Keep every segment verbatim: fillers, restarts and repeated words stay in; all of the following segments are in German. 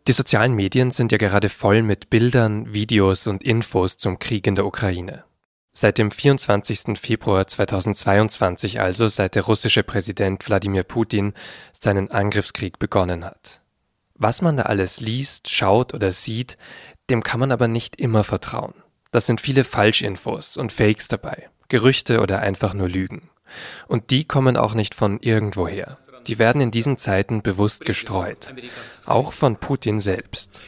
Die sozialen Medien sind ja gerade voll mit Bildern, Videos und Infos zum Krieg in der Ukraine. Seit dem vierundzwanzigsten Februar zweitausendzweiundzwanzig also, seit der russische Präsident Wladimir Putin seinen Angriffskrieg begonnen hat. Was man da alles liest, schaut oder sieht, dem kann man aber nicht immer vertrauen. Da sind viele Falschinfos und Fakes dabei, Gerüchte oder einfach nur Lügen. Und die kommen auch nicht von irgendwoher. Die werden in diesen Zeiten bewusst gestreut, auch von Putin selbst.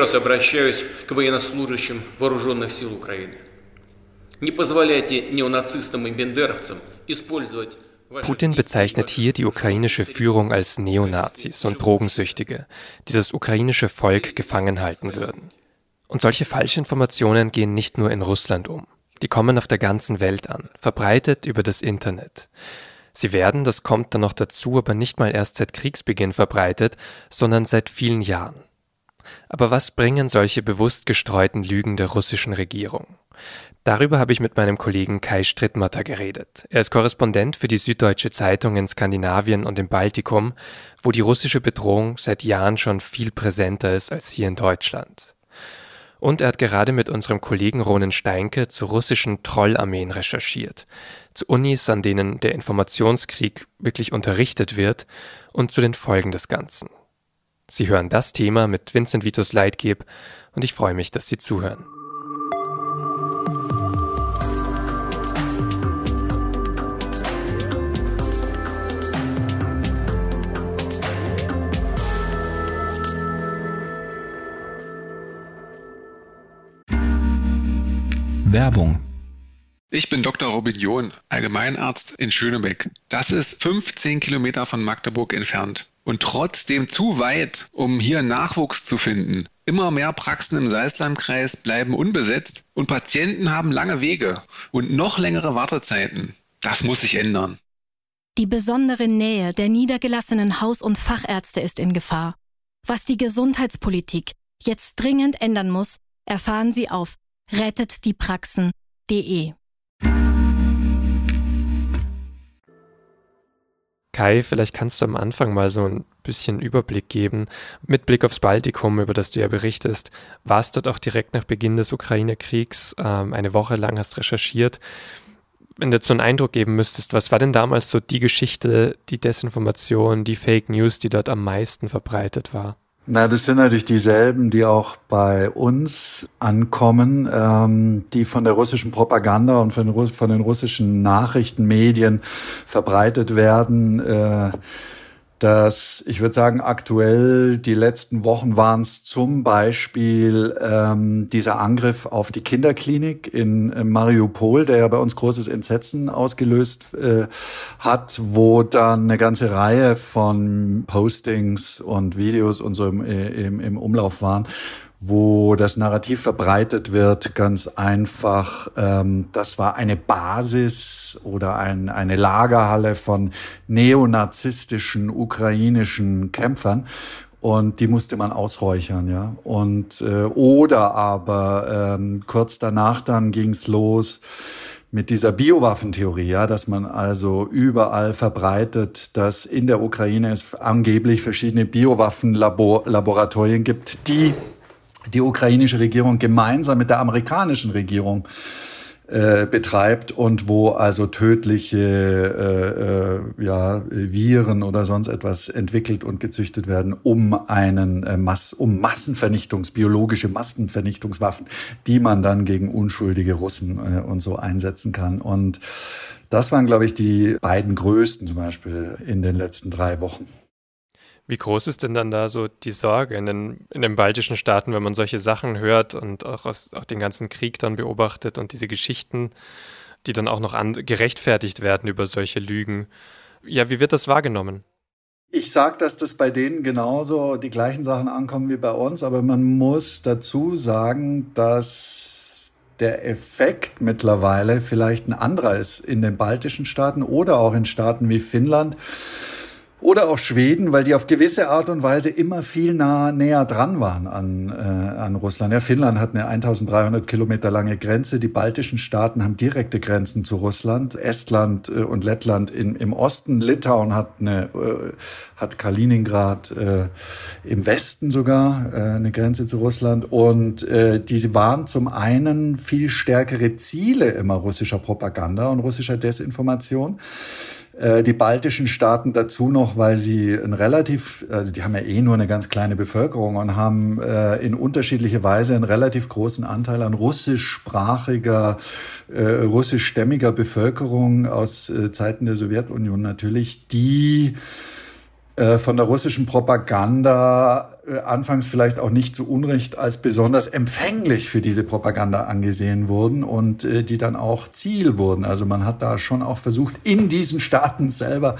Putin bezeichnet hier die ukrainische Führung als Neonazis und Drogensüchtige, die das ukrainische Volk gefangen halten würden. Und solche Falschinformationen gehen nicht nur in Russland um. Die kommen auf der ganzen Welt an, verbreitet über das Internet. Sie werden, das kommt dann noch dazu, aber nicht mal erst seit Kriegsbeginn verbreitet, sondern seit vielen Jahren. Aber was bringen solche bewusst gestreuten Lügen der russischen Regierung? Darüber habe ich mit meinem Kollegen Kai Strittmatter geredet. Er ist Korrespondent für die Süddeutsche Zeitung in Skandinavien und im Baltikum, wo die russische Bedrohung seit Jahren schon viel präsenter ist als hier in Deutschland. Und er hat gerade mit unserem Kollegen Ronen Steinke zu russischen Trollarmeen recherchiert, zu Unis, an denen der Informationskrieg wirklich unterrichtet wird, und zu den Folgen des Ganzen. Sie hören das Thema mit Vincent Vitus Leitgeb und ich freue mich, dass Sie zuhören. Werbung. Ich bin Doktor Robin John, Allgemeinarzt in Schönebeck. Das ist fünfzehn Kilometer von Magdeburg entfernt und trotzdem zu weit, um hier Nachwuchs zu finden. Immer mehr Praxen im Salzlandkreis bleiben unbesetzt und Patienten haben lange Wege und noch längere Wartezeiten. Das muss sich ändern. Die besondere Nähe der niedergelassenen Haus- und Fachärzte ist in Gefahr. Was die Gesundheitspolitik jetzt dringend ändern muss, erfahren Sie auf rettet die praxen punkt de. Kai, vielleicht kannst du am Anfang mal so ein bisschen Überblick geben. Mit Blick aufs Baltikum, über das du ja berichtest, warst dort auch direkt nach Beginn des Ukraine-Kriegs, ähm, eine Woche lang hast recherchiert. Wenn du jetzt so einen Eindruck geben müsstest, was war denn damals so die Geschichte, die Desinformation, die Fake News, die dort am meisten verbreitet war? Na, das sind natürlich dieselben, die auch bei uns ankommen, ähm, die von der russischen Propaganda und von den, von den russischen Nachrichtenmedien verbreitet werden. Äh, dass, ich würde sagen, aktuell die letzten Wochen waren es zum Beispiel ähm, dieser Angriff auf die Kinderklinik in äh, Mariupol, der ja bei uns großes Entsetzen ausgelöst äh, hat, wo dann eine ganze Reihe von Postings und Videos und so im, im, im Umlauf waren, wo das Narrativ verbreitet wird, ganz einfach, ähm, das war eine Basis oder ein, eine Lagerhalle von neonazistischen ukrainischen Kämpfern und die musste man ausräuchern, ja. Und äh, oder aber ähm, kurz danach dann ging's los mit dieser Biowaffentheorie, ja, dass man also überall verbreitet, dass in der Ukraine es angeblich verschiedene Biowaffenlaboratorien gibt, die die ukrainische Regierung gemeinsam mit der amerikanischen Regierung äh, betreibt und wo also tödliche äh, äh, ja, Viren oder sonst etwas entwickelt und gezüchtet werden, um einen äh, Mass, um Massenvernichtungs, biologische Massenvernichtungswaffen, die man dann gegen unschuldige Russen äh, und so einsetzen kann. Und das waren, glaube ich, die beiden größten zum Beispiel in den letzten drei Wochen. Wie groß ist denn dann da so die Sorge in den, in den baltischen Staaten, wenn man solche Sachen hört und auch, aus, auch den ganzen Krieg dann beobachtet und diese Geschichten, die dann auch noch an, gerechtfertigt werden über solche Lügen? Ja, wie wird das wahrgenommen? Ich sage, dass das bei denen genauso die gleichen Sachen ankommen wie bei uns, aber man muss dazu sagen, dass der Effekt mittlerweile vielleicht ein anderer ist in den baltischen Staaten oder auch in Staaten wie Finnland, Oder auch Schweden, weil die auf gewisse Art und Weise immer viel nah, näher dran waren an, äh, an Russland. Ja, Finnland hat eine eintausenddreihundert Kilometer lange Grenze. Die baltischen Staaten haben direkte Grenzen zu Russland. Estland äh, und Lettland in, im Osten. Litauen hat eine, äh, hat Kaliningrad äh, im Westen sogar äh, eine Grenze zu Russland. Und äh, diese waren zum einen viel stärkere Ziele immer russischer Propaganda und russischer Desinformation. Die baltischen Staaten dazu noch, weil sie ein relativ, also die haben ja eh nur eine ganz kleine Bevölkerung und haben äh, in unterschiedlicher Weise einen relativ großen Anteil an russischsprachiger, äh, russischstämmiger Bevölkerung aus äh, Zeiten der Sowjetunion natürlich, die äh, von der russischen Propaganda äh, anfangs vielleicht auch nicht zu Unrecht als besonders empfänglich für diese Propaganda angesehen wurden und äh, die dann auch Ziel wurden. Also man hat da schon auch versucht, in diesen Staaten selber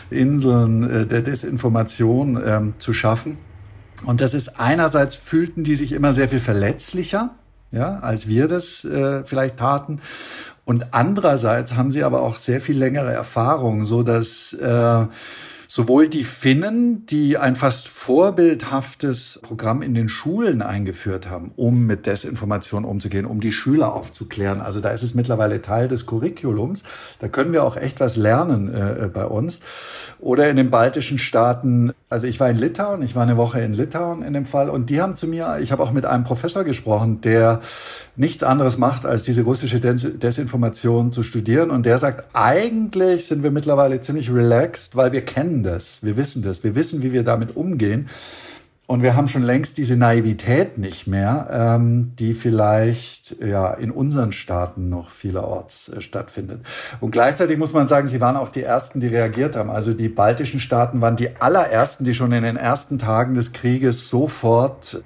Inseln äh, der Desinformation ähm, zu schaffen. Und das ist einerseits, fühlten die sich immer sehr viel verletzlicher, ja, als wir das äh, vielleicht taten. Und andererseits haben sie aber auch sehr viel längere Erfahrung, so dass äh, sowohl die Finnen, die ein fast vorbildhaftes Programm in den Schulen eingeführt haben, um mit Desinformation umzugehen, um die Schüler aufzuklären. Also da ist es mittlerweile Teil des Curriculums. Da können wir auch echt was lernen äh, bei uns. Oder in den baltischen Staaten, also ich war in Litauen, ich war eine Woche in Litauen in dem Fall und die haben zu mir, ich habe auch mit einem Professor gesprochen, der nichts anderes macht, als diese russische Des- Desinformation zu studieren und der sagt, eigentlich sind wir mittlerweile ziemlich relaxed, weil wir kennen das, wir wissen das, wir wissen, wie wir damit umgehen. Und wir haben schon längst diese Naivität nicht mehr, ähm, die vielleicht ja in unseren Staaten noch vielerorts äh, stattfindet. Und gleichzeitig muss man sagen, sie waren auch die Ersten, die reagiert haben. Also die baltischen Staaten waren die allerersten, die schon in den ersten Tagen des Krieges sofort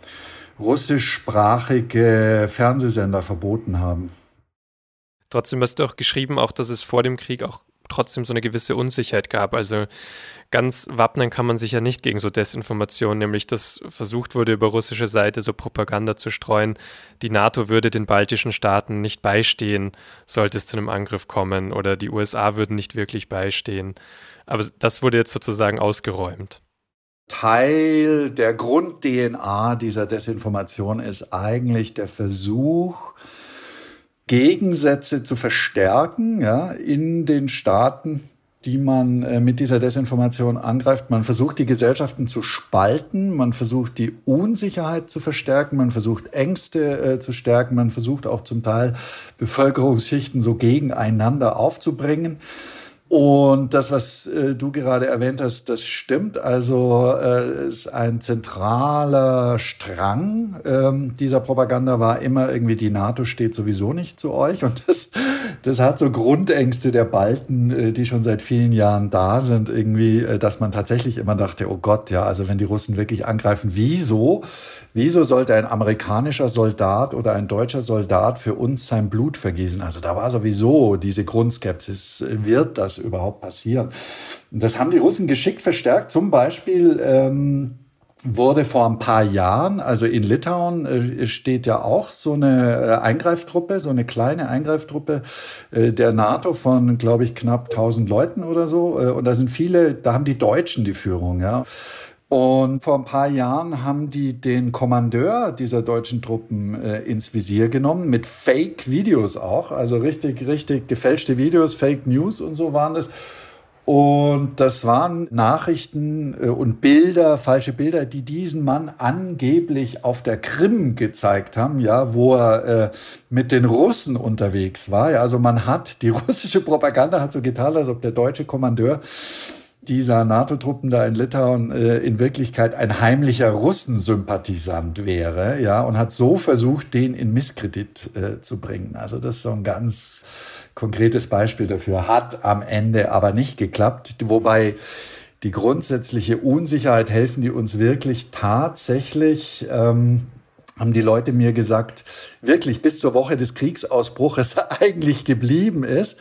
russischsprachige Fernsehsender verboten haben. Trotzdem hast du auch geschrieben, auch dass es vor dem Krieg auch trotzdem so eine gewisse Unsicherheit gab. Also ganz wappnen kann man sich ja nicht gegen so Desinformation, nämlich dass versucht wurde, über russische Seite so Propaganda zu streuen. Die NATO würde den baltischen Staaten nicht beistehen, sollte es zu einem Angriff kommen, oder die U S A würden nicht wirklich beistehen. Aber das wurde jetzt sozusagen ausgeräumt. Teil der Grund-D N A dieser Desinformation ist eigentlich der Versuch, Gegensätze zu verstärken, ja, in den Staaten, die man äh, mit dieser Desinformation angreift. Man versucht, die Gesellschaften zu spalten, man versucht, die Unsicherheit zu verstärken, man versucht, Ängste äh, zu stärken, man versucht auch zum Teil Bevölkerungsschichten so gegeneinander aufzubringen. Und das, was äh, du gerade erwähnt hast, das stimmt. Also äh, ist ein zentraler Strang ähm, dieser Propaganda war immer irgendwie, die NATO steht sowieso nicht zu euch. Und das, das hat so Grundängste der Balten, äh, die schon seit vielen Jahren da sind, irgendwie, äh, dass man tatsächlich immer dachte, oh Gott, ja, also wenn die Russen wirklich angreifen, wieso? Wieso sollte ein amerikanischer Soldat oder ein deutscher Soldat für uns sein Blut vergießen? Also da war sowieso diese Grundskepsis, wird das überhaupt passieren? Und das haben die Russen geschickt verstärkt. Zum Beispiel ähm, wurde vor ein paar Jahren, also in Litauen äh, steht ja auch so eine äh, Eingreiftruppe, so eine kleine Eingreiftruppe äh, der NATO von, glaube ich, knapp tausend Leuten oder so. Äh, und da sind viele, da haben die Deutschen die Führung, ja. Und vor ein paar Jahren haben die den Kommandeur dieser deutschen Truppen äh, ins Visier genommen, mit Fake-Videos auch, also richtig, richtig gefälschte Videos, Fake News und so waren das. Und das waren Nachrichten äh, und Bilder, falsche Bilder, die diesen Mann angeblich auf der Krim gezeigt haben, ja, wo er äh, mit den Russen unterwegs war. Ja, also man hat, die russische Propaganda hat so getan, als ob der deutsche Kommandeur dieser NATO-Truppen da in Litauen äh, in Wirklichkeit ein heimlicher Russensympathisant wäre, ja, und hat so versucht, den in Misskredit äh, zu bringen. Also das ist so ein ganz konkretes Beispiel dafür. Hat am Ende aber nicht geklappt, wobei die grundsätzliche Unsicherheit, helfen die uns wirklich tatsächlich, ähm, haben die Leute mir gesagt, wirklich bis zur Woche des Kriegsausbruches eigentlich geblieben ist.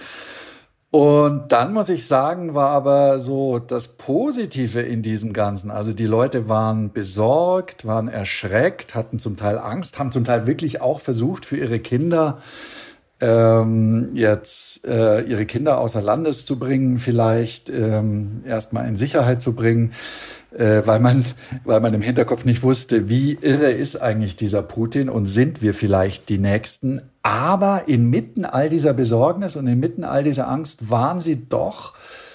Und dann muss ich sagen, war aber so das Positive in diesem Ganzen. Also die Leute waren besorgt, waren erschreckt, hatten zum Teil Angst, haben zum Teil wirklich auch versucht, für ihre Kinder ähm, jetzt äh, ihre Kinder außer Landes zu bringen, vielleicht ähm, erstmal in Sicherheit zu bringen, äh, weil man, weil man im Hinterkopf nicht wusste, wie irre ist eigentlich dieser Putin und sind wir vielleicht die Nächsten. Aber inmitten all dieser Besorgnis und inmitten all dieser Angst waren sie doch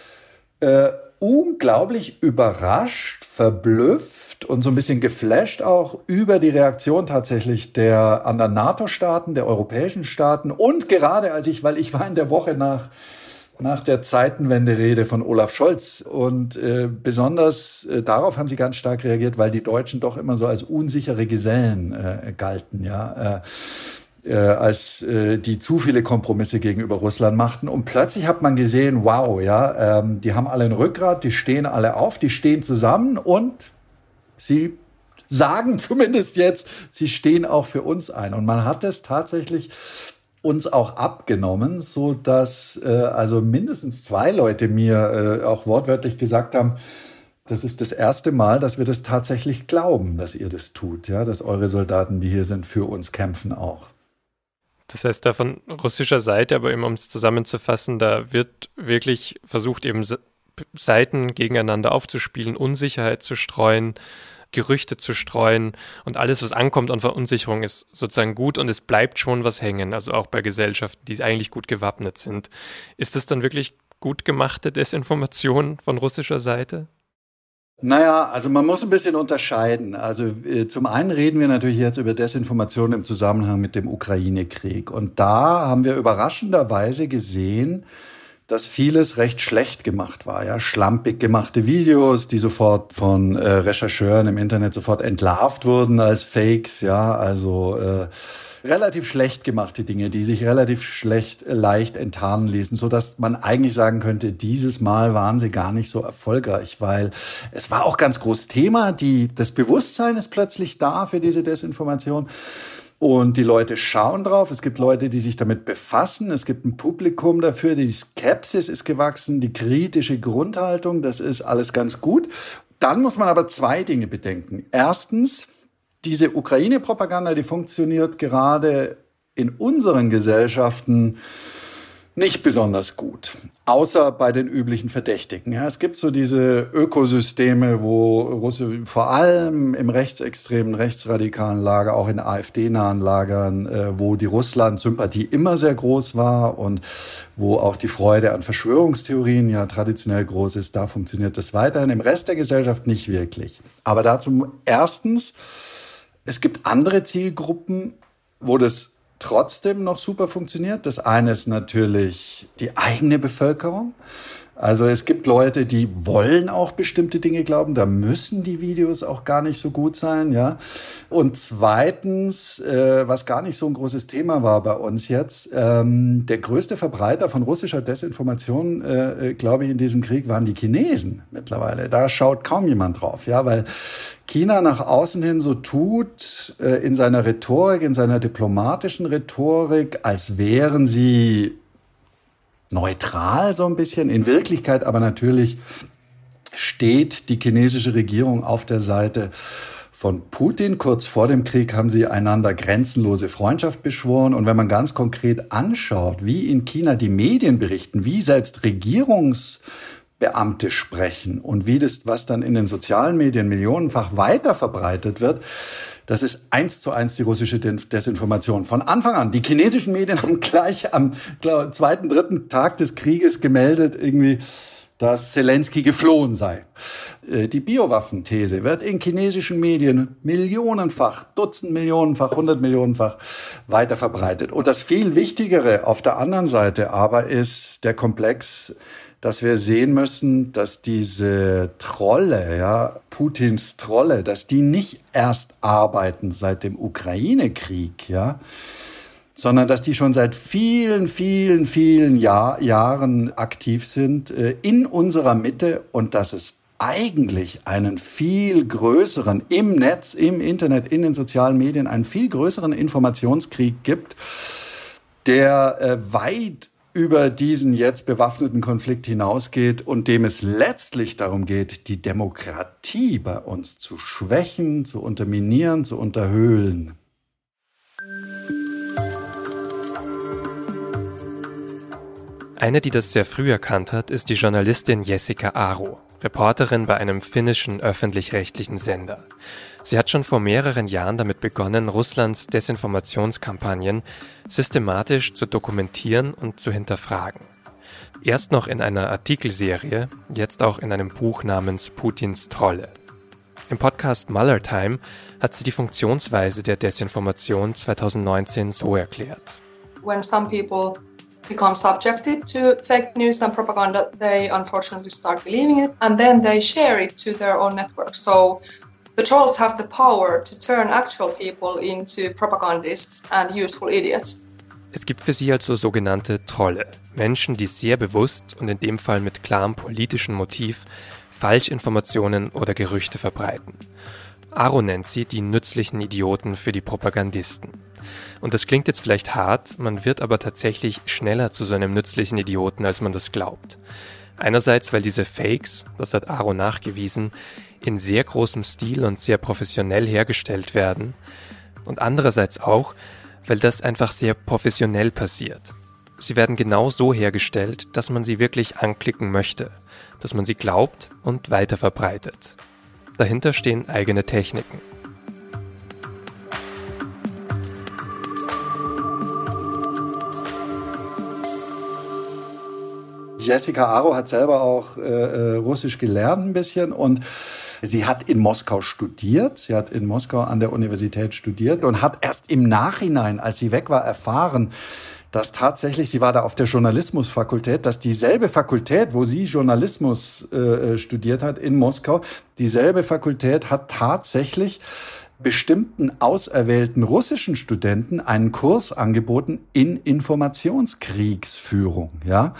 äh, unglaublich überrascht, verblüfft und so ein bisschen geflasht auch über die Reaktion tatsächlich der anderen NATO-Staaten, der europäischen Staaten und gerade als ich, weil ich war in der Woche nach nach der Zeitenwende-Rede von Olaf Scholz und äh, besonders äh, darauf haben sie ganz stark reagiert, weil die Deutschen doch immer so als unsichere Gesellen äh, galten, ja. Äh, Äh, als äh, die zu viele Kompromisse gegenüber Russland machten. Und plötzlich hat man gesehen, wow, ja, ähm, die haben alle ein Rückgrat, die stehen alle auf, die stehen zusammen und sie sagen zumindest jetzt, sie stehen auch für uns ein. Und man hat es tatsächlich uns auch abgenommen, so dass äh, also mindestens zwei Leute mir äh, auch wortwörtlich gesagt haben, das ist das erste Mal, dass wir das tatsächlich glauben, dass ihr das tut, ja, dass eure Soldaten, die hier sind, für uns kämpfen auch. Das heißt, da von russischer Seite, aber eben um es zusammenzufassen, da wird wirklich versucht, eben Seiten gegeneinander aufzuspielen, Unsicherheit zu streuen, Gerüchte zu streuen und alles, was ankommt an Verunsicherung, ist sozusagen gut und es bleibt schon was hängen, also auch bei Gesellschaften, die eigentlich gut gewappnet sind. Ist das dann wirklich gut gemachte Desinformation von russischer Seite? Naja, also man muss ein bisschen unterscheiden. Also äh, zum einen reden wir natürlich jetzt über Desinformation im Zusammenhang mit dem Ukraine-Krieg. Und da haben wir überraschenderweise gesehen, dass vieles recht schlecht gemacht war. Ja, schlampig gemachte Videos, die sofort von äh, Rechercheuren im Internet sofort entlarvt wurden als Fakes. Ja, also äh, relativ schlecht gemachte Dinge, die sich relativ schlecht, äh, leicht enttarnen ließen, so dass man eigentlich sagen könnte, dieses Mal waren sie gar nicht so erfolgreich, weil es war auch ganz groß Thema. Die, das Bewusstsein ist plötzlich da für diese Desinformation. Und die Leute schauen drauf. Es gibt Leute, die sich damit befassen. Es gibt ein Publikum dafür. Die Skepsis ist gewachsen, die kritische Grundhaltung. Das ist alles ganz gut. Dann muss man aber zwei Dinge bedenken. Erstens, diese Ukraine-Propaganda, die funktioniert gerade in unseren Gesellschaften nicht besonders gut, außer bei den üblichen Verdächtigen. Ja, es gibt so diese Ökosysteme, wo Russe vor allem im rechtsextremen, rechtsradikalen Lager, auch in AfD-nahen Lagern, äh, wo die Russland-Sympathie immer sehr groß war und wo auch die Freude an Verschwörungstheorien ja traditionell groß ist, da funktioniert das weiterhin. Im Rest der Gesellschaft nicht wirklich. Aber dazu erstens, es gibt andere Zielgruppen, wo das trotzdem noch super funktioniert. Das eine ist natürlich die eigene Bevölkerung. Also es gibt Leute, die wollen auch bestimmte Dinge glauben. Da müssen die Videos auch gar nicht so gut sein, ja. Und zweitens, äh, was gar nicht so ein großes Thema war bei uns jetzt, ähm, der größte Verbreiter von russischer Desinformation, äh, glaube ich, in diesem Krieg waren die Chinesen mittlerweile. Da schaut kaum jemand drauf, ja, weil China nach außen hin so tut, äh, in seiner Rhetorik, in seiner diplomatischen Rhetorik, als wären sie neutral so ein bisschen. In Wirklichkeit aber natürlich steht die chinesische Regierung auf der Seite von Putin. Kurz vor dem Krieg haben sie einander grenzenlose Freundschaft beschworen. Und wenn man ganz konkret anschaut, wie in China die Medien berichten, wie selbst Regierungsbeamte sprechen und wie das, was dann in den sozialen Medien millionenfach weiter verbreitet wird, das ist eins zu eins die russische Desinformation. Von Anfang an. Die chinesischen Medien haben gleich am glaub, zweiten, dritten Tag des Krieges gemeldet, irgendwie, dass Zelensky geflohen sei. Die Biowaffenthese wird in chinesischen Medien millionenfach, Dutzend Millionenfach, hundert Millionenfach weiter verbreitet. Und das viel Wichtigere auf der anderen Seite aber ist der Komplex, dass wir sehen müssen, dass diese Trolle, ja, Putins Trolle, dass die nicht erst arbeiten seit dem Ukraine-Krieg, ja, sondern dass die schon seit vielen, vielen, vielen Jahr, Jahren aktiv sind äh, in unserer Mitte und dass es eigentlich einen viel größeren, im Netz, im Internet, in den sozialen Medien, einen viel größeren Informationskrieg gibt, der äh, weit über diesen jetzt bewaffneten Konflikt hinausgeht und dem es letztlich darum geht, die Demokratie bei uns zu schwächen, zu unterminieren, zu unterhöhlen. Eine, die das sehr früh erkannt hat, ist die Journalistin Jessica Aro, Reporterin bei einem finnischen öffentlich-rechtlichen Sender. Sie hat schon vor mehreren Jahren damit begonnen, Russlands Desinformationskampagnen systematisch zu dokumentieren und zu hinterfragen. Erst noch in einer Artikelserie, jetzt auch in einem Buch namens Putins Trolle. Im Podcast Mueller Time hat sie die Funktionsweise der Desinformation zwanzig neunzehn so erklärt. When some people become subjected to fake news and propaganda, they unfortunately start believing it and then they share it to their own network. So the trolls have the power to turn actual people into propagandists and useful idiots. Es gibt für sie also sogenannte Trolle, Menschen, die sehr bewusst und in dem Fall mit klarem politischen Motiv Falschinformationen oder Gerüchte verbreiten. Aro nennt sie die nützlichen Idioten für die Propagandisten. Und das klingt jetzt vielleicht hart, man wird aber tatsächlich schneller zu so einem nützlichen Idioten, als man das glaubt. Einerseits, weil diese Fakes, das hat Aro nachgewiesen, in sehr großem Stil und sehr professionell hergestellt werden. Und andererseits auch, weil das einfach sehr professionell passiert. Sie werden genau so hergestellt, dass man sie wirklich anklicken möchte, dass man sie glaubt und weiterverbreitet. Dahinter stehen eigene Techniken. Jessica Aro hat selber auch äh, Russisch gelernt ein bisschen und sie hat in Moskau studiert. Sie hat in Moskau an der Universität studiert und hat erst im Nachhinein, als sie weg war, erfahren, dass tatsächlich, sie war da auf der Journalismusfakultät, dass dieselbe Fakultät, wo sie Journalismus äh, studiert hat in Moskau, dieselbe Fakultät hat tatsächlich bestimmten auserwählten russischen Studenten einen Kurs angeboten in Informationskriegsführung, ja.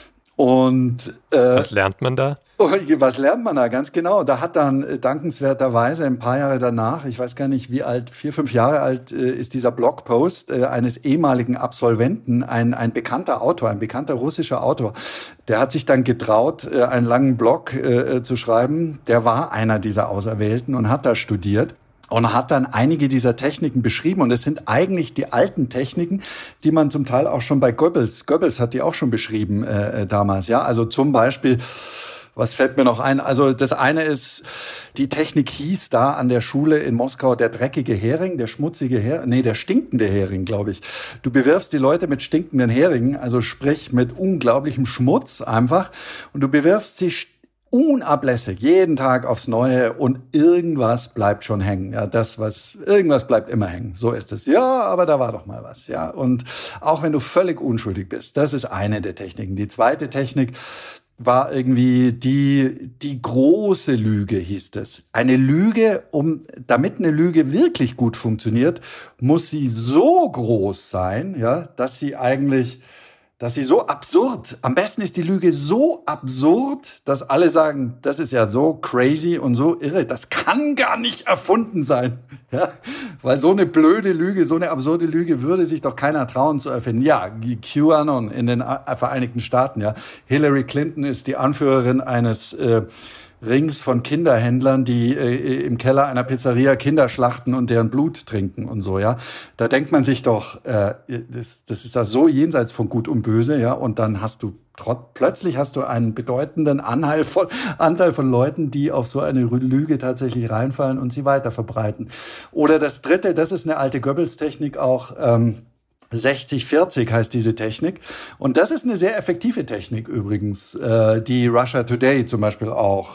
Und äh, was lernt man da? Was lernt man da? Ganz genau. Da hat dann äh, dankenswerterweise ein paar Jahre danach, ich weiß gar nicht wie alt, vier, fünf Jahre alt, äh, ist dieser Blogpost äh, eines ehemaligen Absolventen, ein, ein bekannter Autor, ein bekannter russischer Autor. Der hat sich dann getraut, äh, einen langen Blog äh, zu schreiben. Der war einer dieser Auserwählten und hat da studiert. Und hat dann einige dieser Techniken beschrieben. Und es sind eigentlich die alten Techniken, die man zum Teil auch schon bei Goebbels, Goebbels hat die auch schon beschrieben äh, damals. Ja, also zum Beispiel, was fällt mir noch ein? Also das eine ist, die Technik hieß da an der Schule in Moskau der dreckige Hering, der schmutzige Hering, nee, der stinkende Hering, glaube ich. Du bewirfst die Leute mit stinkenden Heringen, also sprich mit unglaublichem Schmutz einfach. Und du bewirfst sie unablässig, jeden Tag aufs Neue und irgendwas bleibt schon hängen. Ja, das, was, irgendwas bleibt immer hängen. So ist es. Ja, aber da war doch mal was. Ja, und auch wenn du völlig unschuldig bist, das ist eine der Techniken. Die zweite Technik war irgendwie die, die große Lüge, hieß es. Eine Lüge, um, damit eine Lüge wirklich gut funktioniert, muss sie so groß sein, ja, dass sie eigentlich, dass sie so absurd, am besten ist die Lüge so absurd, dass alle sagen, das ist ja so crazy und so irre, das kann gar nicht erfunden sein. Ja? Weil so eine blöde Lüge, so eine absurde Lüge würde sich doch keiner trauen zu erfinden. Ja, QAnon in den Vereinigten Staaten, ja. Hillary Clinton ist die Anführerin eines äh, Rings von Kinderhändlern, die äh, im Keller einer Pizzeria Kinder schlachten und deren Blut trinken und so, ja. Da denkt man sich doch, äh, das, das ist ja so jenseits von Gut und Böse, ja. Und dann hast du trot, plötzlich hast du einen bedeutenden Anteil von, Anteil von Leuten, die auf so eine Lüge tatsächlich reinfallen und sie weiter verbreiten. Oder das Dritte, das ist eine alte Goebbels-Technik auch, ähm, sechzig vierzig heißt diese Technik. Und das ist eine sehr effektive Technik übrigens, äh, die Russia Today zum Beispiel auch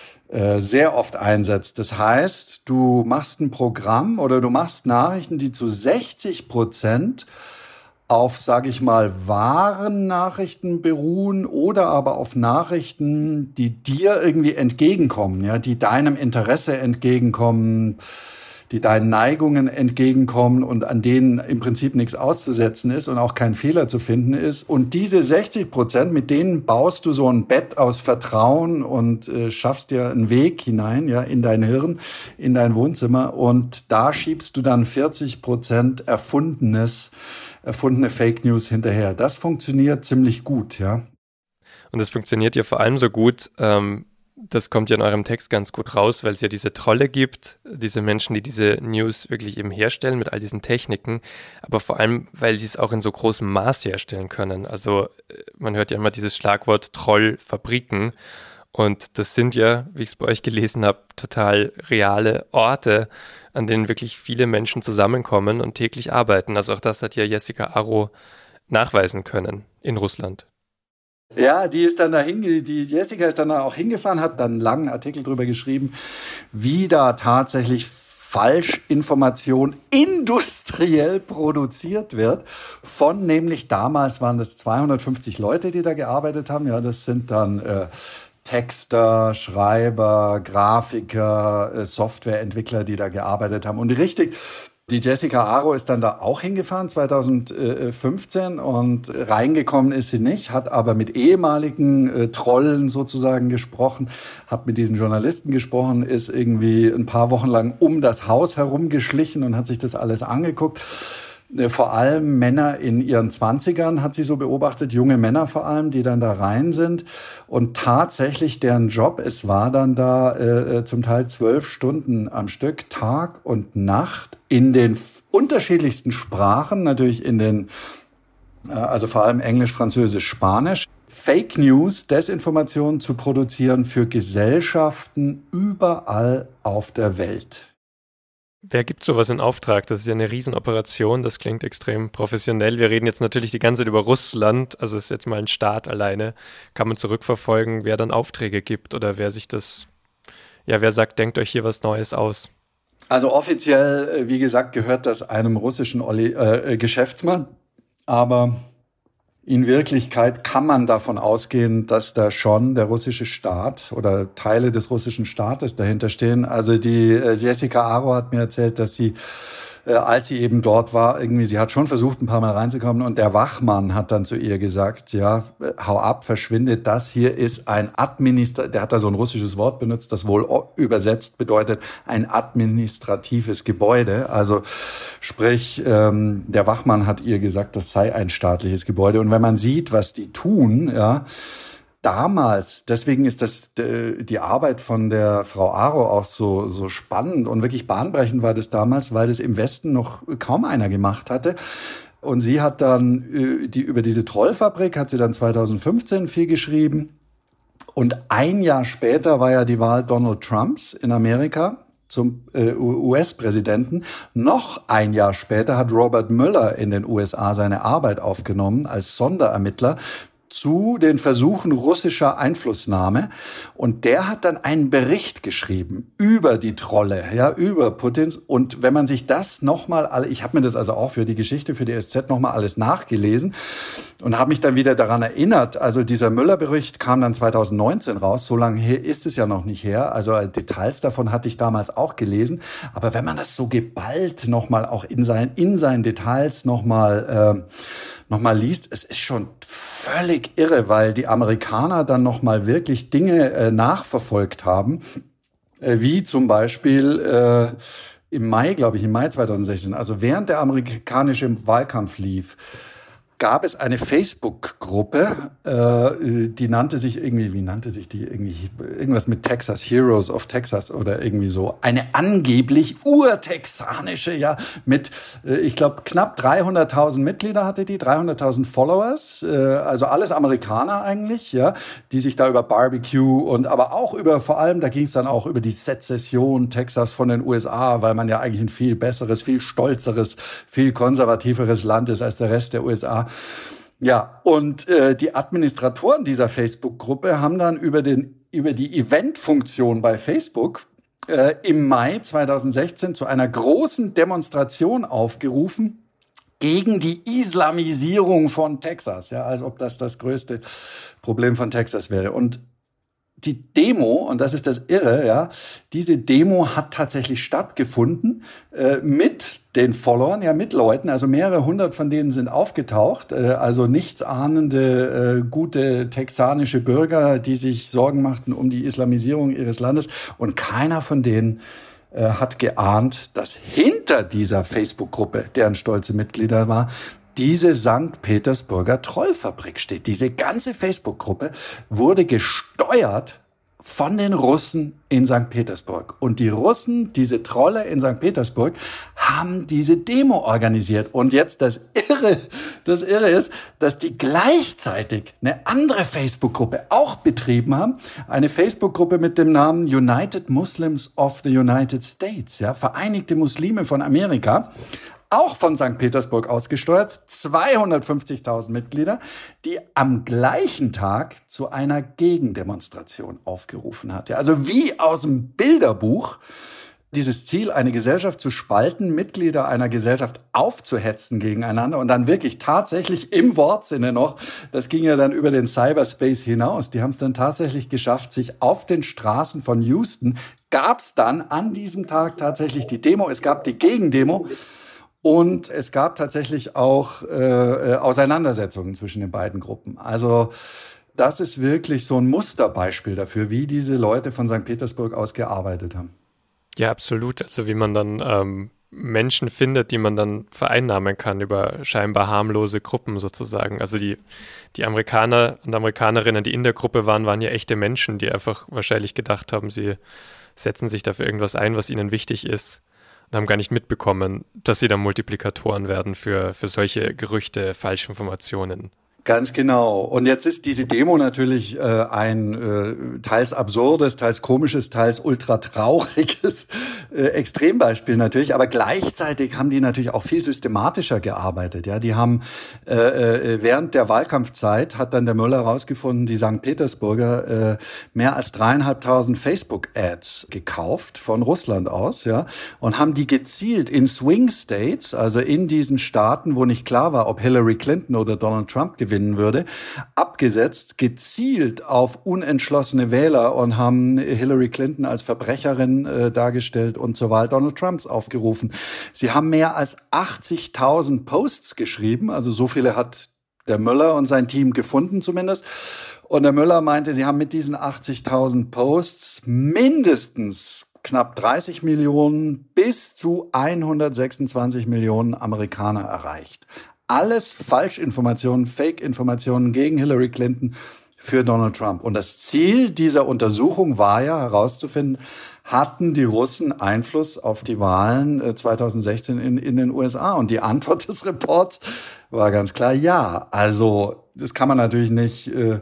äh, sehr oft einsetzt. Das heißt, du machst ein Programm oder du machst Nachrichten, die zu sechzig Prozent auf, sage ich mal, wahren Nachrichten beruhen oder aber auf Nachrichten, die dir irgendwie entgegenkommen, ja, die deinem Interesse entgegenkommen, die deinen Neigungen entgegenkommen und an denen im Prinzip nichts auszusetzen ist und auch kein Fehler zu finden ist. Und diese sechzig Prozent, mit denen baust du so ein Bett aus Vertrauen und äh, schaffst dir einen Weg hinein, ja, in dein Hirn, in dein Wohnzimmer. Und da schiebst du dann vierzig Prozent erfundenes, erfundene Fake News hinterher. Das funktioniert ziemlich gut, ja. Und es funktioniert ja vor allem so gut, ähm, Das kommt ja in eurem Text ganz gut raus, weil es ja diese Trolle gibt, diese Menschen, die diese News wirklich eben herstellen mit all diesen Techniken, aber vor allem, weil sie es auch in so großem Maß herstellen können. Also man hört ja immer dieses Schlagwort Trollfabriken und das sind ja, wie ich es bei euch gelesen habe, total reale Orte, an denen wirklich viele Menschen zusammenkommen und täglich arbeiten. Also auch das hat ja Jessica Arro nachweisen können in Russland. Ja, die ist dann dahin, die Jessica ist dann auch hingefahren, hat dann einen langen Artikel drüber geschrieben, wie da tatsächlich Falschinformation industriell produziert wird von, nämlich damals waren das zweihundertfünfzig Leute, die da gearbeitet haben. Ja, das sind dann äh, Texter, Schreiber, Grafiker, äh, Softwareentwickler, die da gearbeitet haben. Und richtig, die Jessica Arro ist dann da auch hingefahren, zweitausendfünfzehn, und reingekommen ist sie nicht, hat aber mit ehemaligen äh, Trollen sozusagen gesprochen, hat mit diesen Journalisten gesprochen, ist irgendwie ein paar Wochen lang um das Haus herumgeschlichen und hat sich das alles angeguckt. Vor allem Männer in ihren Zwanzigern hat sie so beobachtet, junge Männer vor allem, die dann da rein sind. Und tatsächlich deren Job, es war dann da äh, zum Teil zwölf Stunden am Stück, Tag und Nacht, in den unterschiedlichsten Sprachen, natürlich in den, äh, also vor allem Englisch, Französisch, Spanisch, Fake News, Desinformation zu produzieren für Gesellschaften überall auf der Welt. Wer gibt sowas in Auftrag? Das ist ja eine Riesenoperation, das klingt extrem professionell. Wir reden jetzt natürlich die ganze Zeit über Russland, also ist jetzt mal ein Staat alleine. Kann man zurückverfolgen, wer dann Aufträge gibt oder wer sich das, ja, wer sagt, denkt euch hier was Neues aus? Also offiziell, wie gesagt, gehört das einem russischen Oli- äh, Geschäftsmann, aber in Wirklichkeit kann man davon ausgehen, dass da schon der russische Staat oder Teile des russischen Staates dahinter stehen. Also die äh, Jessica Arro hat mir erzählt, dass sie, äh, als sie eben dort war, irgendwie, sie hat schon versucht, ein paar Mal reinzukommen, und der Wachmann hat dann zu ihr gesagt, ja, äh, hau ab, verschwindet, das hier ist ein Administra-, der hat da so ein russisches Wort benutzt, das wohl übersetzt bedeutet ein administratives Gebäude. Also sprich, ähm, der Wachmann hat ihr gesagt, das sei ein staatliches Gebäude. Und wenn man sieht, was die tun, ja, damals, deswegen ist das die Arbeit von der Frau Arro auch so so spannend und wirklich bahnbrechend war das damals, weil das im Westen noch kaum einer gemacht hatte. Und sie hat dann die über diese Trollfabrik hat sie dann zweitausendfünfzehn viel geschrieben. Und ein Jahr später war ja die Wahl Donald Trumps in Amerika zum äh, U S-Präsidenten. Noch ein Jahr später hat Robert Mueller in den U S A seine Arbeit aufgenommen als Sonderermittler zu den Versuchen russischer Einflussnahme. Und der hat dann einen Bericht geschrieben über die Trolle, ja, über Putins. Und wenn man sich das nochmal, ich habe mir das also auch für die Geschichte, für die S Z nochmal alles nachgelesen und habe mich dann wieder daran erinnert. Also dieser Müller-Bericht kam dann zweitausendneunzehn raus. So lange her ist es ja noch nicht her. Also Details davon hatte ich damals auch gelesen. Aber wenn man das so geballt nochmal auch in seinen, in seinen Details nochmal, äh, nochmal liest, es ist schon völlig irre, weil die Amerikaner dann nochmal wirklich Dinge äh, nachverfolgt haben, äh, wie zum Beispiel äh, im Mai, glaube ich, im Mai zweitausendsechzehn, also während der amerikanische Wahlkampf lief, gab es eine Facebook-Gruppe, äh, die nannte sich irgendwie, wie nannte sich die irgendwie, irgendwas mit Texas, Heroes of Texas oder irgendwie so. Eine angeblich urtexanische, ja, mit, äh, ich glaube, knapp dreihunderttausend Mitglieder hatte die, dreihunderttausend Followers, äh, also alles Amerikaner eigentlich, ja, die sich da über Barbecue und aber auch über, vor allem, da ging es dann auch über die Sezession Texas von den U S A, weil man ja eigentlich ein viel besseres, viel stolzeres, viel konservativeres Land ist als der Rest der U S A. Ja, und äh, die Administratoren dieser Facebook-Gruppe haben dann über den über die Event-Funktion bei Facebook äh, im Mai zweitausendsechzehn zu einer großen Demonstration aufgerufen gegen die Islamisierung von Texas, ja, als ob das das größte Problem von Texas wäre. Und die Demo, und das ist das Irre, ja, diese Demo hat tatsächlich stattgefunden äh, mit den Followern, ja, mit Leuten, also mehrere hundert von denen sind aufgetaucht, äh, also nichtsahnende, äh, gute texanische Bürger, die sich Sorgen machten um die Islamisierung ihres Landes, und keiner von denen äh, hat geahnt, dass hinter dieser Facebook-Gruppe, deren stolze Mitglieder war, diese Sankt Petersburger Trollfabrik steht. Diese ganze Facebook-Gruppe wurde gesteuert von den Russen in Sankt Petersburg. Und die Russen, diese Trolle in Sankt Petersburg, haben diese Demo organisiert. Und jetzt das Irre, das Irre ist, dass die gleichzeitig eine andere Facebook-Gruppe auch betrieben haben. Eine Facebook-Gruppe mit dem Namen United Muslims of the United States, ja, Vereinigte Muslime von Amerika. Auch von Sankt Petersburg ausgesteuert, zweihundertfünfzigtausend Mitglieder, die am gleichen Tag zu einer Gegendemonstration aufgerufen hat. Ja, also wie aus dem Bilderbuch, dieses Ziel, eine Gesellschaft zu spalten, Mitglieder einer Gesellschaft aufzuhetzen gegeneinander und dann wirklich tatsächlich im Wortsinne noch, das ging ja dann über den Cyberspace hinaus, die haben es dann tatsächlich geschafft, sich auf den Straßen von Houston, gab es dann an diesem Tag tatsächlich die Demo, es gab die Gegendemo. Und es gab tatsächlich auch äh, Auseinandersetzungen zwischen den beiden Gruppen. Also das ist wirklich so ein Musterbeispiel dafür, wie diese Leute von Sankt Petersburg aus gearbeitet haben. Ja, absolut. Also wie man dann ähm, Menschen findet, die man dann vereinnahmen kann über scheinbar harmlose Gruppen sozusagen. Also die, die Amerikaner und Amerikanerinnen, die in der Gruppe waren, waren ja echte Menschen, die einfach wahrscheinlich gedacht haben, sie setzen sich dafür irgendwas ein, was ihnen wichtig ist. Und haben gar nicht mitbekommen, dass sie dann Multiplikatoren werden für, für solche Gerüchte, Falschinformationen. Ganz genau. Und jetzt ist diese Demo natürlich äh, ein äh, teils absurdes, teils komisches, teils ultra trauriges äh, Extrembeispiel natürlich. Aber gleichzeitig haben die natürlich auch viel systematischer gearbeitet. Ja, die haben äh, äh, während der Wahlkampfzeit hat dann der Müller herausgefunden, die Sankt Petersburger äh, mehr als dreieinhalbtausend Facebook-Ads gekauft von Russland aus, ja, und haben die gezielt in Swing States, also in diesen Staaten, wo nicht klar war, ob Hillary Clinton oder Donald Trump gewinnen würde, abgesetzt, gezielt auf unentschlossene Wähler und haben Hillary Clinton als Verbrecherin äh, dargestellt und zur Wahl Donald Trumps aufgerufen. Sie haben mehr als achtzigtausend Posts geschrieben, also so viele hat der Müller und sein Team gefunden zumindest. Und der Müller meinte, sie haben mit diesen achtzigtausend Posts mindestens knapp dreißig Millionen bis zu hundertsechsundzwanzig Millionen Amerikaner erreicht. Alles Falschinformationen, Fake-Informationen gegen Hillary Clinton für Donald Trump. Und das Ziel dieser Untersuchung war ja herauszufinden, hatten die Russen Einfluss auf die Wahlen zweitausendsechzehn in, in den U S A? Und die Antwort des Reports war ganz klar ja. Also das kann man natürlich nicht äh,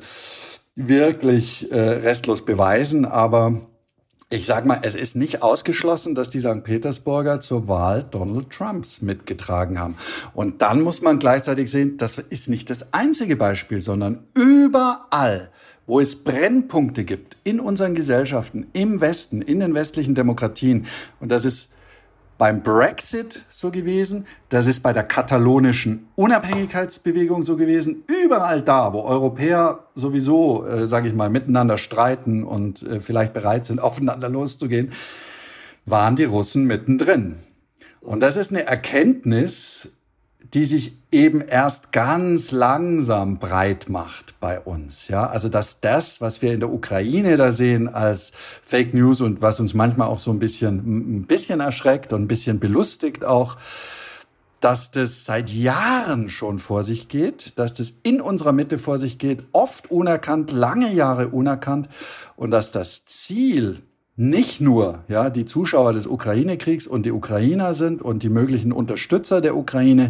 wirklich äh, restlos beweisen, aber ich sag mal, es ist nicht ausgeschlossen, dass die Sankt Petersburger zur Wahl Donald Trumps mitgetragen haben. Und dann muss man gleichzeitig sehen, das ist nicht das einzige Beispiel, sondern überall, wo es Brennpunkte gibt in unseren Gesellschaften, im Westen, in den westlichen Demokratien. Und das ist beim Brexit so gewesen, das ist bei der katalonischen Unabhängigkeitsbewegung so gewesen. Überall da, wo Europäer sowieso, äh, sage ich mal, miteinander streiten und äh, vielleicht bereit sind, aufeinander loszugehen, waren die Russen mittendrin. Und das ist eine Erkenntnis, die sich eben erst ganz langsam breit macht bei uns. Ja, also dass das, was wir in der Ukraine da sehen als Fake News und was uns manchmal auch so ein bisschen, ein bisschen erschreckt und ein bisschen belustigt auch, dass das seit Jahren schon vor sich geht, dass das in unserer Mitte vor sich geht, oft unerkannt, lange Jahre unerkannt und dass das Ziel nicht nur ja die Zuschauer des Ukraine-Kriegs und die Ukrainer sind und die möglichen Unterstützer der Ukraine.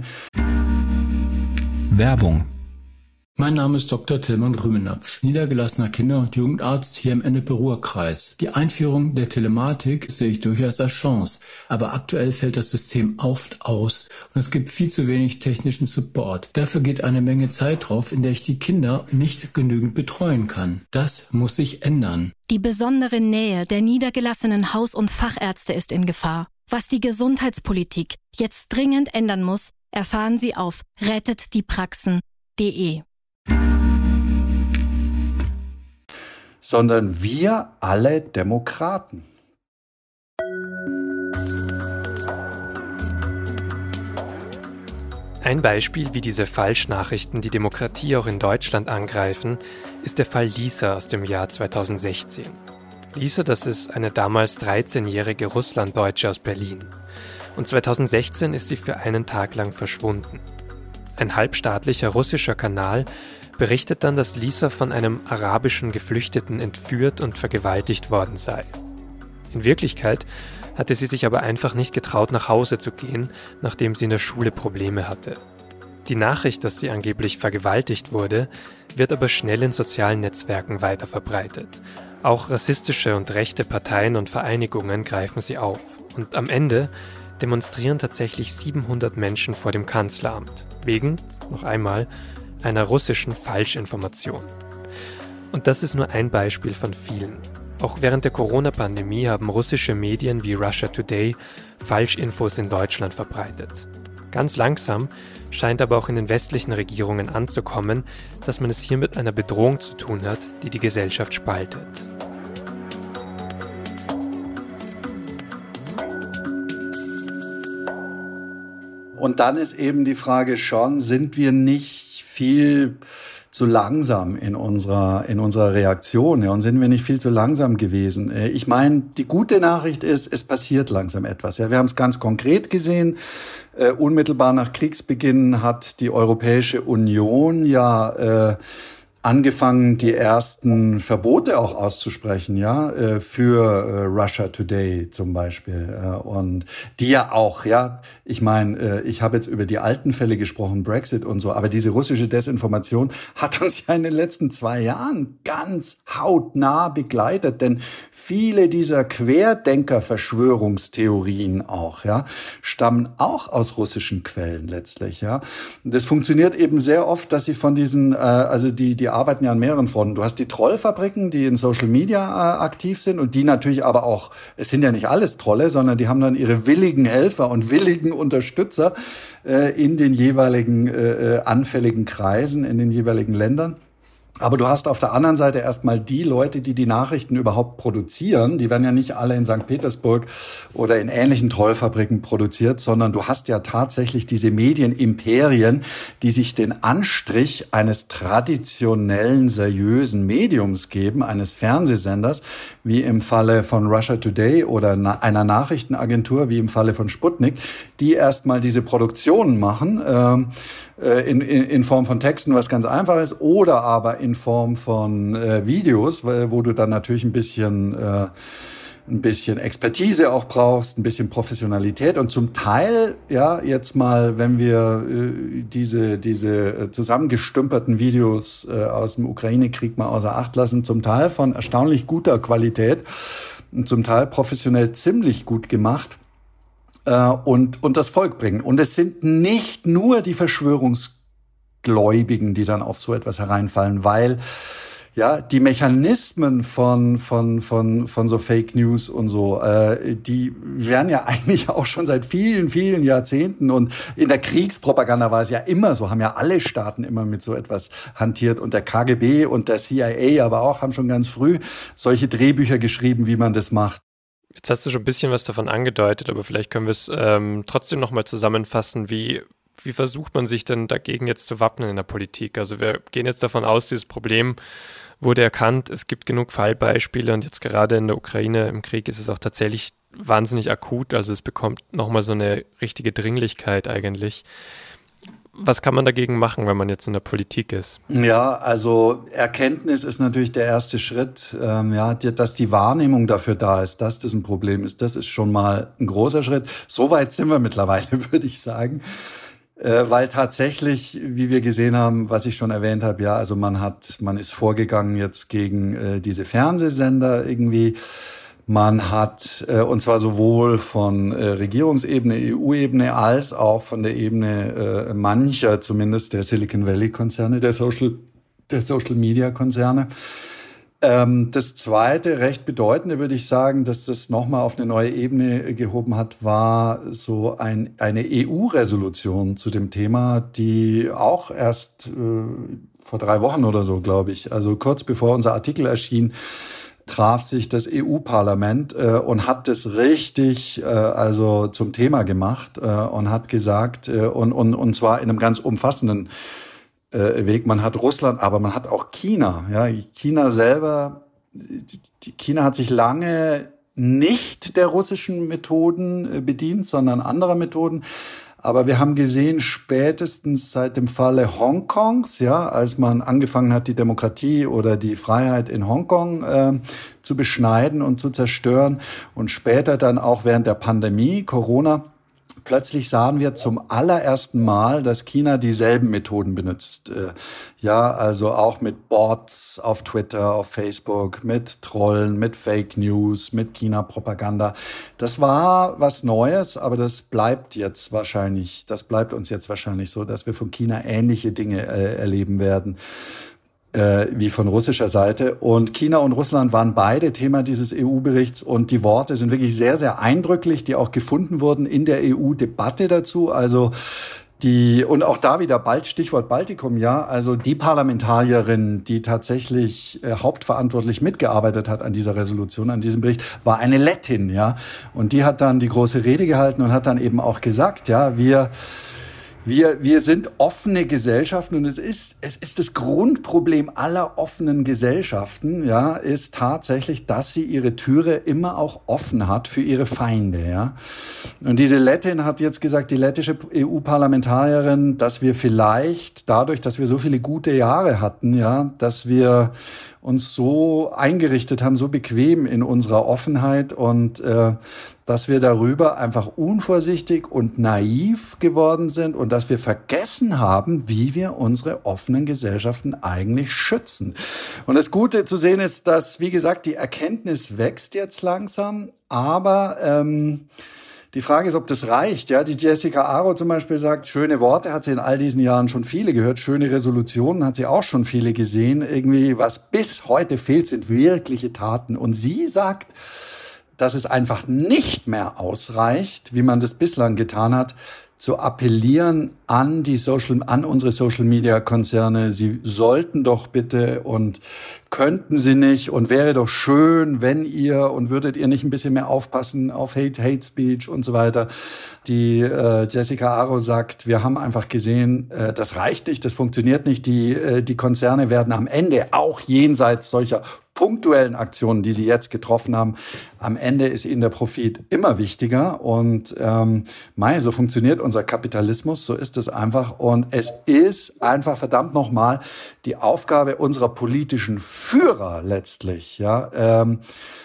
Werbung. Mein Name ist Doktor Tilman Rümenapf, niedergelassener Kinder- und Jugendarzt hier im Ennepe-Ruhr-Kreis. Die Einführung der Telematik sehe ich durchaus als Chance, aber aktuell fällt das System oft aus und es gibt viel zu wenig technischen Support. Dafür geht eine Menge Zeit drauf, in der ich die Kinder nicht genügend betreuen kann. Das muss sich ändern. Die besondere Nähe der niedergelassenen Haus- und Fachärzte ist in Gefahr. Was die Gesundheitspolitik jetzt dringend ändern muss, erfahren Sie auf rettet die praxen punkt de. Sondern wir alle Demokraten. Ein Beispiel, wie diese Falschnachrichten die Demokratie auch in Deutschland angreifen, ist der Fall Lisa aus dem Jahr zweitausendsechzehn. Lisa, das ist eine damals dreizehnjährige Russlanddeutsche aus Berlin. Und zweitausendsechzehn ist sie für einen Tag lang verschwunden. Ein halbstaatlicher russischer Kanal berichtet dann, dass Lisa von einem arabischen Geflüchteten entführt und vergewaltigt worden sei. In Wirklichkeit hatte sie sich aber einfach nicht getraut, nach Hause zu gehen, nachdem sie in der Schule Probleme hatte. Die Nachricht, dass sie angeblich vergewaltigt wurde, wird aber schnell in sozialen Netzwerken weiterverbreitet. Auch rassistische und rechte Parteien und Vereinigungen greifen sie auf. Und am Ende demonstrieren tatsächlich siebenhundert Menschen vor dem Kanzleramt. Wegen, noch einmal, einer russischen Falschinformation. Und das ist nur ein Beispiel von vielen. Auch während der Corona-Pandemie haben russische Medien wie Russia Today Falschinfos in Deutschland verbreitet. Ganz langsam scheint aber auch in den westlichen Regierungen anzukommen, dass man es hier mit einer Bedrohung zu tun hat, die die Gesellschaft spaltet. Und dann ist eben die Frage schon, sind wir nicht viel zu langsam in unserer, in unserer Reaktion, ja, und sind wir nicht viel zu langsam gewesen? Ich meine, die gute Nachricht ist, es passiert langsam etwas. Ja, wir haben es ganz konkret gesehen. Uh, unmittelbar nach Kriegsbeginn hat die Europäische Union ja äh, angefangen, die ersten Verbote auch auszusprechen, ja, äh, für äh, Russia Today zum Beispiel. Äh, und die ja auch, ja, ich meine, äh, ich habe jetzt über die alten Fälle gesprochen, Brexit und so, aber diese russische Desinformation hat uns ja in den letzten zwei Jahren ganz hautnah begleitet, denn viele dieser Querdenker-Verschwörungstheorien auch, ja, stammen auch aus russischen Quellen letztlich, ja. Und das funktioniert eben sehr oft, dass sie von diesen, äh, also die, die arbeiten ja an mehreren Fronten. Du hast die Trollfabriken, die in Social Media äh, aktiv sind und die natürlich aber auch, es sind ja nicht alles Trolle, sondern die haben dann ihre willigen Helfer und willigen Unterstützer äh, in den jeweiligen äh, anfälligen Kreisen, in den jeweiligen Ländern. Aber du hast auf der anderen Seite erstmal die Leute, die die Nachrichten überhaupt produzieren. Die werden ja nicht alle in Sankt Petersburg oder in ähnlichen Trollfabriken produziert, sondern du hast ja tatsächlich diese Medienimperien, die sich den Anstrich eines traditionellen, seriösen Mediums geben, eines Fernsehsenders, wie im Falle von Russia Today oder einer Nachrichtenagentur, wie im Falle von Sputnik, die erstmal diese Produktionen machen, ähm, In, in, in Form von Texten, was ganz einfach ist, oder aber in Form von äh, Videos, wo du dann natürlich ein bisschen äh, ein bisschen Expertise auch brauchst, ein bisschen Professionalität und zum Teil, ja, jetzt mal, wenn wir äh, diese diese zusammengestümperten Videos äh, aus dem Ukraine-Krieg mal außer Acht lassen, zum Teil von erstaunlich guter Qualität und zum Teil professionell ziemlich gut gemacht. Und, und das Volk bringen. Und es sind nicht nur die Verschwörungsgläubigen, die dann auf so etwas hereinfallen, weil ja die Mechanismen von von von von so Fake News und so, äh, die werden ja eigentlich auch schon seit vielen vielen Jahrzehnten, und in der Kriegspropaganda war es ja immer so, haben ja alle Staaten immer mit so etwas hantiert, und der K G B und der C I A aber auch haben schon ganz früh solche Drehbücher geschrieben, wie man das macht. Jetzt hast du schon ein bisschen was davon angedeutet, aber vielleicht können wir es ähm, trotzdem nochmal zusammenfassen. Wie, wie versucht man sich denn dagegen jetzt zu wappnen in der Politik? Also wir gehen jetzt davon aus, dieses Problem wurde erkannt, es gibt genug Fallbeispiele und jetzt gerade in der Ukraine im Krieg ist es auch tatsächlich wahnsinnig akut. Also es bekommt nochmal so eine richtige Dringlichkeit eigentlich. Was kann man dagegen machen, wenn man jetzt in der Politik ist? Ja, also Erkenntnis ist natürlich der erste Schritt. Ähm, ja, dass die Wahrnehmung dafür da ist, dass das ein Problem ist, das ist schon mal ein großer Schritt. So weit sind wir mittlerweile, würde ich sagen. Äh, weil tatsächlich, wie wir gesehen haben, was ich schon erwähnt habe, ja, also man hat, man ist vorgegangen jetzt gegen äh, diese Fernsehsender irgendwie. Man hat, äh, und zwar sowohl von äh, Regierungsebene, E U-Ebene, als auch von der Ebene äh, mancher, zumindest der Silicon Valley-Konzerne, der Social, der Social-Media-Konzerne. Ähm, das zweite, recht bedeutende, würde ich sagen, dass das nochmal auf eine neue Ebene gehoben hat, war so ein, eine E U-Resolution zu dem Thema, die auch erst äh, vor drei Wochen oder so, glaube ich, also kurz bevor unser Artikel erschien, traf sich das E U-Parlament äh, und hat das richtig äh, also zum Thema gemacht äh, und hat gesagt, äh, und, und, und zwar in einem ganz umfassenden äh, Weg, man hat Russland, aber man hat auch China. Ja, China selber, die, China hat sich lange nicht der russischen Methoden äh, bedient, sondern anderer Methoden. Aber wir haben gesehen, spätestens seit dem Falle Hongkongs, ja, als man angefangen hat, die Demokratie oder die Freiheit in Hongkong äh, zu beschneiden und zu zerstören und später dann auch während der Pandemie, Corona, plötzlich sahen wir zum allerersten Mal, dass China dieselben Methoden benutzt. Ja, also auch mit Bots auf Twitter, auf Facebook, mit Trollen, mit Fake News, mit China-Propaganda. Das war was Neues, aber das bleibt jetzt wahrscheinlich, das bleibt uns jetzt wahrscheinlich so, dass wir von China ähnliche Dinge äh, erleben werden wie von russischer Seite. Und China und Russland waren beide Thema dieses E U-Berichts und die Worte sind wirklich sehr, sehr eindrücklich, die auch gefunden wurden in der E U-Debatte dazu. Also die, und auch da wieder bald Stichwort Baltikum, ja, also die Parlamentarierin, die tatsächlich äh, hauptverantwortlich mitgearbeitet hat an dieser Resolution, an diesem Bericht, war eine Lettin, ja. Und die hat dann die große Rede gehalten und hat dann eben auch gesagt, ja, wir Wir, wir sind offene Gesellschaften und es ist, es ist das Grundproblem aller offenen Gesellschaften, ja, ist tatsächlich, dass sie ihre Türe immer auch offen hat für ihre Feinde, ja. Und diese Lettin hat jetzt gesagt, die lettische E U-Parlamentarierin, dass wir vielleicht dadurch, dass wir so viele gute Jahre hatten, ja, dass wir uns so eingerichtet haben, so bequem in unserer Offenheit und äh, dass wir darüber einfach unvorsichtig und naiv geworden sind und dass wir vergessen haben, wie wir unsere offenen Gesellschaften eigentlich schützen. Und das Gute zu sehen ist, dass, wie gesagt, die Erkenntnis wächst jetzt langsam, aber ähm, die Frage ist, ob das reicht. Ja, die Jessica Aro zum Beispiel sagt, schöne Worte hat sie in all diesen Jahren schon viele gehört, schöne Resolutionen hat sie auch schon viele gesehen. Irgendwie, was bis heute fehlt, sind wirkliche Taten. Und sie sagt, dass es einfach nicht mehr ausreicht, wie man das bislang getan hat, zu appellieren an die Social, an unsere Social-Media-Konzerne. Sie sollten doch bitte und könnten sie nicht und wäre doch schön, wenn ihr und würdet ihr nicht ein bisschen mehr aufpassen auf Hate, Hate Speech und so weiter. Die äh, Jessica Aro sagt, wir haben einfach gesehen, äh, das reicht nicht, das funktioniert nicht. Die äh, die Konzerne werden am Ende auch jenseits solcher punktuellen Aktionen, die sie jetzt getroffen haben, am Ende ist ihnen der Profit immer wichtiger und ähm, mei, so funktioniert unser Kapitalismus, so ist es einfach und es ist einfach verdammt nochmal die Aufgabe unserer politischen Führer letztlich, ja, ähm,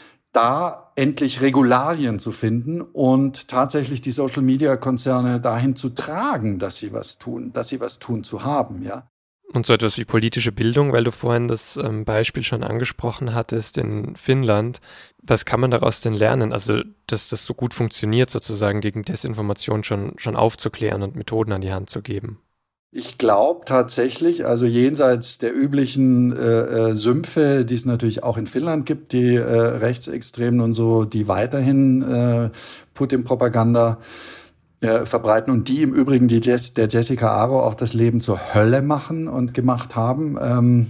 da endlich Regularien zu finden und tatsächlich die Social-Media-Konzerne dahin zu tragen, dass sie was tun, dass sie was tun zu haben, ja. Und so etwas wie politische Bildung, weil du vorhin das ähm, Beispiel schon angesprochen hattest in Finnland. Was kann man daraus denn lernen? Also, dass das so gut funktioniert, sozusagen gegen Desinformation schon, schon aufzuklären und Methoden an die Hand zu geben. Ich glaube tatsächlich, also jenseits der üblichen äh, äh, Sümpfe, die es natürlich auch in Finnland gibt, die äh, Rechtsextremen und so, die weiterhin äh, Putin-Propaganda Äh, verbreiten und die im Übrigen die Jess, der Jessica Aro auch das Leben zur Hölle machen und gemacht haben, ähm,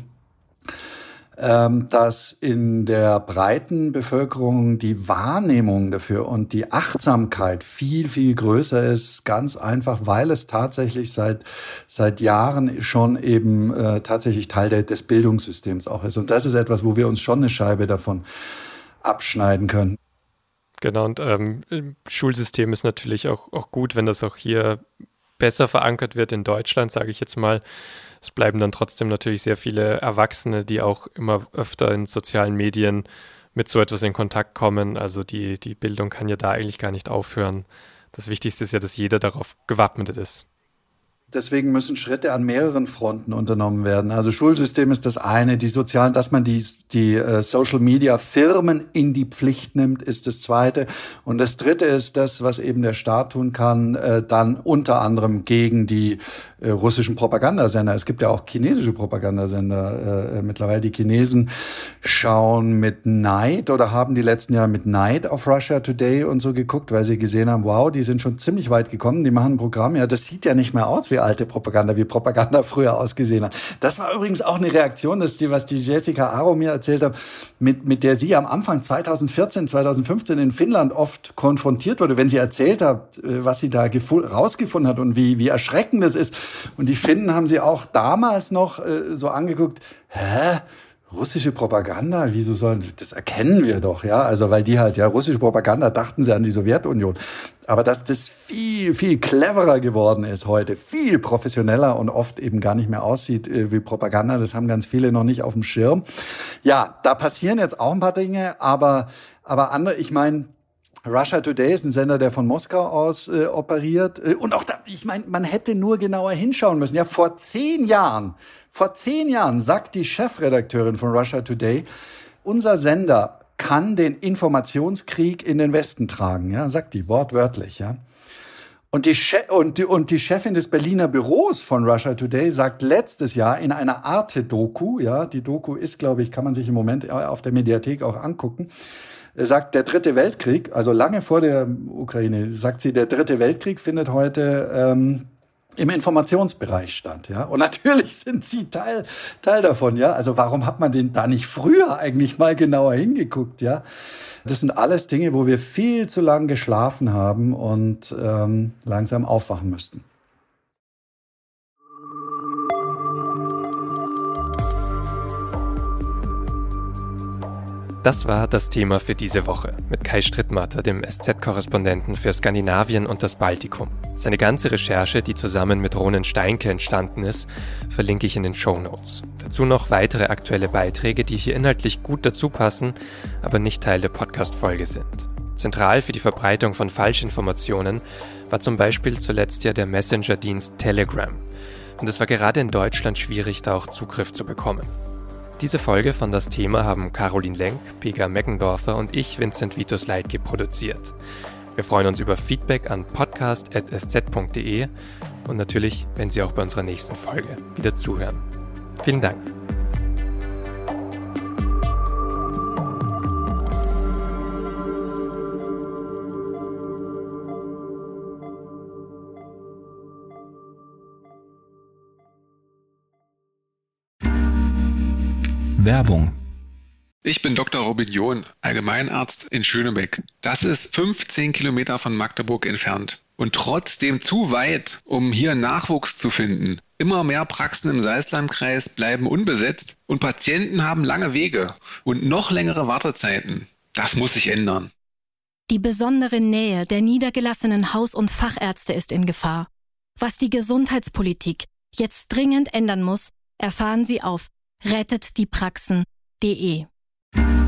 ähm, dass in der breiten Bevölkerung die Wahrnehmung dafür und die Achtsamkeit viel, viel größer ist, ganz einfach, weil es tatsächlich seit seit Jahren schon eben äh, tatsächlich Teil der, des Bildungssystems auch ist. Und das ist etwas, wo wir uns schon eine Scheibe davon abschneiden können. Genau, und ähm, im Schulsystem ist natürlich auch, auch gut, wenn das auch hier besser verankert wird in Deutschland, sage ich jetzt mal. Es bleiben dann trotzdem natürlich sehr viele Erwachsene, die auch immer öfter in sozialen Medien mit so etwas in Kontakt kommen. Also die, die Bildung kann ja da eigentlich gar nicht aufhören. Das Wichtigste ist ja, dass jeder darauf gewappnet ist. Deswegen müssen Schritte an mehreren Fronten unternommen werden. Also Schulsystem ist das eine, die sozialen, dass man die, die äh, Social-Media-Firmen in die Pflicht nimmt, ist das zweite. Und das dritte ist das, was eben der Staat tun kann, äh, dann unter anderem gegen die äh, russischen Propagandasender. Es gibt ja auch chinesische Propagandasender äh, mittlerweile. Die Chinesen schauen mit Neid oder haben die letzten Jahre mit Neid auf Russia Today und so geguckt, weil sie gesehen haben, wow, die sind schon ziemlich weit gekommen, die machen ein Programm, ja, das sieht ja nicht mehr aus wie alte Propaganda, wie Propaganda früher ausgesehen hat. Das war übrigens auch eine Reaktion, dass die, was die Jessica Aro mir erzählt hat, mit, mit der sie am Anfang zwanzig vierzehn, zwanzig fünfzehn in Finnland oft konfrontiert wurde, wenn sie erzählt hat, was sie da gefu- rausgefunden hat und wie, wie erschreckend das ist. Und die Finnen haben sie auch damals noch äh, so angeguckt, hä? russische Propaganda, wieso sollen, das erkennen wir doch, ja, also weil die halt, ja, russische Propaganda, dachten sie an die Sowjetunion. Aber dass das viel, viel cleverer geworden ist heute, viel professioneller und oft eben gar nicht mehr aussieht äh, wie Propaganda, das haben ganz viele noch nicht auf dem Schirm. Ja, da passieren jetzt auch ein paar Dinge, aber, aber andere, ich meine, Russia Today ist ein Sender, der von Moskau aus äh, operiert. Äh, und auch da, ich meine, man hätte nur genauer hinschauen müssen. Ja, vor zehn Jahren, vor zehn Jahren sagt die Chefredakteurin von Russia Today, unser Sender kann den Informationskrieg in den Westen tragen. Ja, sagt die wortwörtlich, ja. Und die, Che- und, die, und die Chefin des Berliner Büros von Russia Today sagt letztes Jahr in einer Arte-Doku, ja, die Doku ist, glaube ich, kann man sich im Moment auf der Mediathek auch angucken, sagt, der dritte Weltkrieg, also lange vor der Ukraine, sagt sie, der dritte Weltkrieg findet heute ähm, im Informationsbereich statt, ja. Und natürlich sind sie Teil Teil davon, ja. Also warum hat man denn da nicht früher eigentlich mal genauer hingeguckt, ja? Das sind alles Dinge, wo wir viel zu lang geschlafen haben und ähm, langsam aufwachen müssten. Das war das Thema für diese Woche mit Kai Strittmatter, dem S Z-Korrespondenten für Skandinavien und das Baltikum. Seine ganze Recherche, die zusammen mit Ronen Steinke entstanden ist, verlinke ich in den Shownotes. Dazu noch weitere aktuelle Beiträge, die hier inhaltlich gut dazu passen, aber nicht Teil der Podcast-Folge sind. Zentral für die Verbreitung von Falschinformationen war zum Beispiel zuletzt ja der Messenger-Dienst Telegram. Und es war gerade in Deutschland schwierig, da auch Zugriff zu bekommen. Diese Folge von Das Thema haben Caroline Lenk, Pega Meggendorfer und ich, Vincent Vitus Leitgeb, produziert. Wir freuen uns über Feedback an podcast at s z punkt d e und natürlich, wenn Sie auch bei unserer nächsten Folge wieder zuhören. Vielen Dank. Werbung. Ich bin Doktor Robin John, Allgemeinarzt in Schönebeck. Das ist fünfzehn Kilometer von Magdeburg entfernt und trotzdem zu weit, um hier Nachwuchs zu finden. Immer mehr Praxen im Salzlandkreis bleiben unbesetzt und Patienten haben lange Wege und noch längere Wartezeiten. Das muss sich ändern. Die besondere Nähe der niedergelassenen Haus- und Fachärzte ist in Gefahr. Was die Gesundheitspolitik jetzt dringend ändern muss, erfahren Sie auf rettet die praxen punkt de.